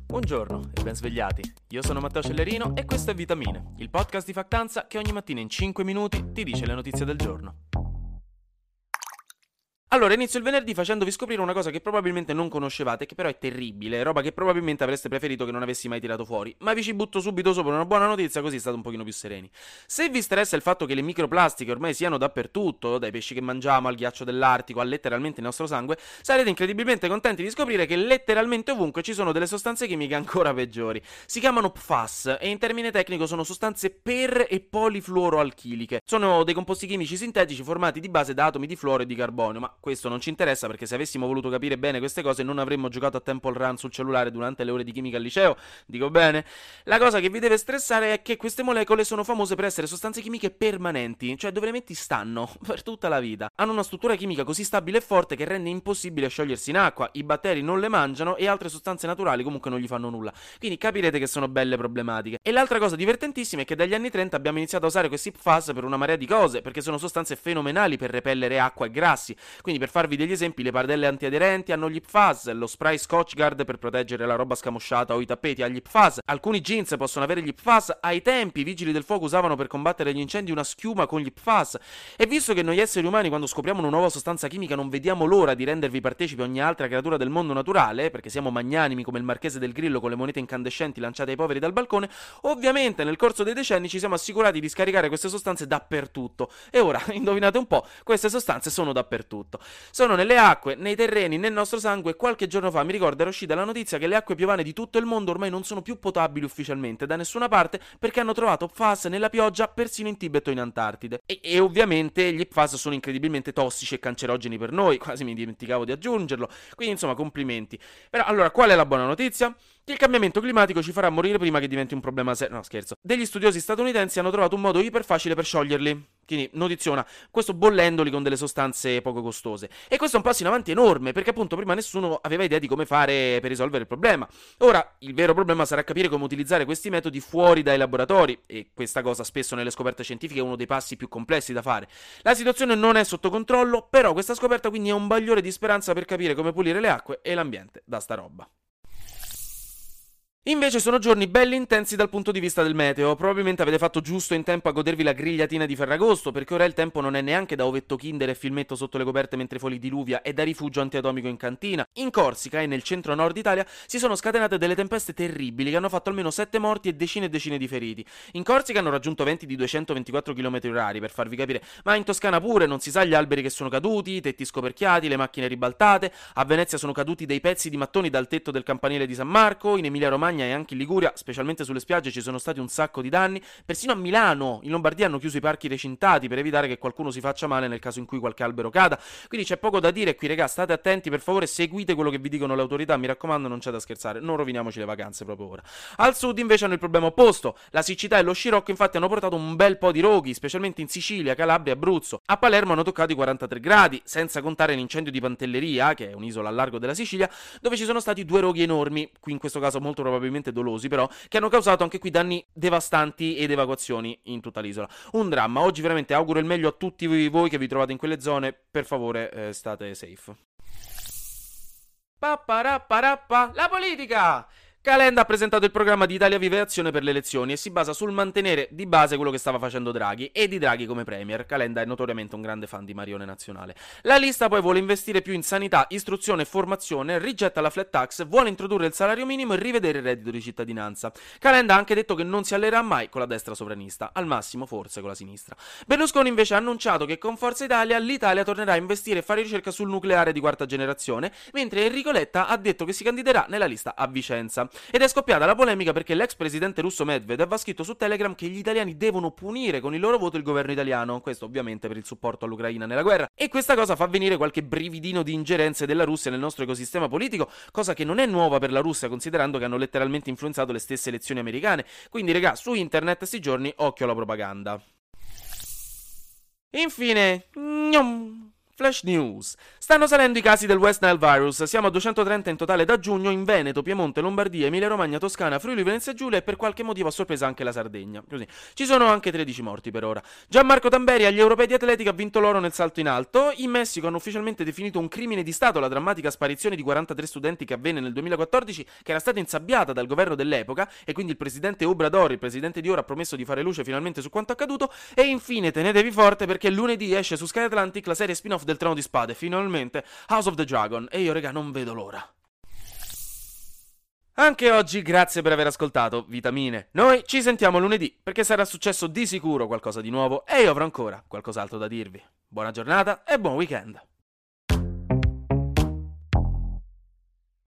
Buongiorno e ben svegliati. Io sono Matteo Cellerino e questo è Vitamine, il podcast di Factanza che ogni mattina in 5 minuti ti dice le notizie del giorno. Allora, inizio il venerdì facendovi scoprire una cosa che probabilmente non conoscevate, che però è terribile, roba che probabilmente avreste preferito che non avessi mai tirato fuori, ma vi ci butto subito sopra una buona notizia così state un pochino più sereni. Se vi interessa il fatto che le microplastiche ormai siano dappertutto, dai pesci che mangiamo al ghiaccio dell'Artico a letteralmente il nostro sangue, sarete incredibilmente contenti di scoprire che letteralmente ovunque ci sono delle sostanze chimiche ancora peggiori. Si chiamano PFAS e in termine tecnico sono sostanze per- e polifluoroalchiliche. Sono dei composti chimici sintetici formati di base da atomi di fluoro e di carbonio, ma questo non ci interessa perché se avessimo voluto capire bene queste cose non avremmo giocato a Temple Run sul cellulare durante le ore di chimica al liceo, dico bene? La cosa che vi deve stressare è che queste molecole sono famose per essere sostanze chimiche permanenti, cioè dove le metti stanno per tutta la vita. Hanno una struttura chimica così stabile e forte che rende impossibile sciogliersi in acqua, i batteri non le mangiano e altre sostanze naturali comunque non gli fanno nulla. Quindi capirete che sono belle problematiche. E l'altra cosa divertentissima è che dagli anni 30 abbiamo iniziato a usare questi PFAS per una marea di cose, perché sono sostanze fenomenali per repellere acqua e grassi. Quindi per farvi degli esempi, le padelle antiaderenti hanno gli PFAS, lo spray Scotchgard per proteggere la roba scamosciata o i tappeti ha gli PFAS, alcuni jeans possono avere gli PFAS, ai tempi i vigili del fuoco usavano per combattere gli incendi una schiuma con gli PFAS, e visto che noi esseri umani quando scopriamo una nuova sostanza chimica non vediamo l'ora di rendervi partecipi ogni altra creatura del mondo naturale, perché siamo magnanimi come il Marchese del Grillo con le monete incandescenti lanciate ai poveri dal balcone, ovviamente nel corso dei decenni ci siamo assicurati di scaricare queste sostanze dappertutto, e ora, indovinate un po', queste sostanze sono dappertutto. Sono nelle acque, nei terreni, nel nostro sangue e qualche giorno fa mi ricordo era uscita la notizia che le acque piovane di tutto il mondo ormai non sono più potabili ufficialmente da nessuna parte perché hanno trovato PFAS nella pioggia persino in Tibet o in Antartide. E ovviamente gli PFAS sono incredibilmente tossici e cancerogeni per noi, quasi mi dimenticavo di aggiungerlo, quindi insomma complimenti. Però allora qual è la buona notizia? Che il cambiamento climatico ci farà morire prima che diventi un problema serio. No, scherzo. Degli studiosi statunitensi hanno trovato un modo iperfacile per scioglierli. Quindi, notiziona, questo bollendoli con delle sostanze poco costose. E questo è un passo in avanti enorme, perché appunto prima nessuno aveva idea di come fare per risolvere il problema. Ora, il vero problema sarà capire come utilizzare questi metodi fuori dai laboratori, e questa cosa spesso nelle scoperte scientifiche è uno dei passi più complessi da fare. La situazione non è sotto controllo, però questa scoperta quindi è un bagliore di speranza per capire come pulire le acque e l'ambiente da sta roba. Invece sono giorni belli intensi dal punto di vista del meteo, probabilmente avete fatto giusto in tempo a godervi la grigliatina di Ferragosto, perché ora il tempo non è neanche da ovetto Kinder e filmetto sotto le coperte mentre fuori diluvia e da rifugio antiatomico in cantina. In Corsica e nel centro-nord Italia si sono scatenate delle tempeste terribili che hanno fatto almeno 7 morti e decine di feriti. In Corsica hanno raggiunto venti di 224 km/h, per farvi capire, ma in Toscana pure, non si sa gli alberi che sono caduti, i tetti scoperchiati, le macchine ribaltate, a Venezia sono caduti dei pezzi di mattoni dal tetto del campanile di San Marco, in Emilia-Romagna e anche in Liguria, specialmente sulle spiagge, ci sono stati un sacco di danni. Persino a Milano, in Lombardia, hanno chiuso i parchi recintati per evitare che qualcuno si faccia male nel caso in cui qualche albero cada. Quindi c'è poco da dire qui, regà, state attenti, per favore, seguite quello che vi dicono le autorità, mi raccomando, non c'è da scherzare, non roviniamoci le vacanze proprio ora. Al sud invece hanno il problema opposto, la siccità e lo scirocco infatti hanno portato un bel po' di roghi, specialmente in Sicilia, Calabria e Abruzzo. A Palermo hanno toccato i 43 gradi, senza contare l'incendio di Pantelleria, che è un'isola al largo della Sicilia, dove ci sono stati 2 roghi enormi, qui in questo caso molto probabilmente dolosi però, che hanno causato anche qui danni devastanti ed evacuazioni in tutta l'isola. Un dramma, oggi veramente auguro il meglio a tutti voi che vi trovate in quelle zone, per favore state safe. Papparapparappa, la politica! Calenda ha presentato il programma di Italia Viva e Azione per le elezioni e si basa sul mantenere di base quello che stava facendo Draghi e di Draghi come premier. Calenda è notoriamente un grande fan di Marione Nazionale. La lista poi vuole investire più in sanità, istruzione e formazione, rigetta la flat tax, vuole introdurre il salario minimo e rivedere il reddito di cittadinanza. Calenda ha anche detto che non si alleerà mai con la destra sovranista, al massimo forse con la sinistra. Berlusconi invece ha annunciato che con Forza Italia l'Italia tornerà a investire e fare ricerca sul nucleare di quarta generazione, mentre Enrico Letta ha detto che si candiderà nella lista a Vicenza. Ed è scoppiata la polemica perché l'ex presidente russo Medvedev ha scritto su Telegram che gli italiani devono punire con il loro voto il governo italiano, questo ovviamente per il supporto all'Ucraina nella guerra, e questa cosa fa venire qualche brividino di ingerenze della Russia nel nostro ecosistema politico, cosa che non è nuova per la Russia considerando che hanno letteralmente influenzato le stesse elezioni americane, quindi regà, su internet sti giorni occhio alla propaganda. Infine, Flash News. Stanno salendo i casi del West Nile virus, siamo a 230 in totale da giugno in Veneto, Piemonte, Lombardia, Emilia Romagna, Toscana, Friuli, Venezia Giulia e per qualche motivo a sorpresa anche la Sardegna. Così. Ci sono anche 13 morti per ora. Gianmarco Tamberi agli europei di atletica ha vinto l'oro nel salto in alto. In Messico hanno ufficialmente definito un crimine di Stato la drammatica sparizione di 43 studenti che avvenne nel 2014, che era stata insabbiata dal governo dell'epoca e quindi il presidente Obrador, il presidente di ora, ha promesso di fare luce finalmente su quanto accaduto. E infine tenetevi forte perché lunedì esce su Sky Atlantic la serie spin-off del Trono di Spade, finalmente House of the Dragon, e io raga non vedo l'ora. Anche oggi grazie per aver ascoltato Vitamine. Noi ci sentiamo lunedì perché sarà successo di sicuro qualcosa di nuovo e io avrò ancora qualcos'altro da dirvi. Buona giornata e buon weekend.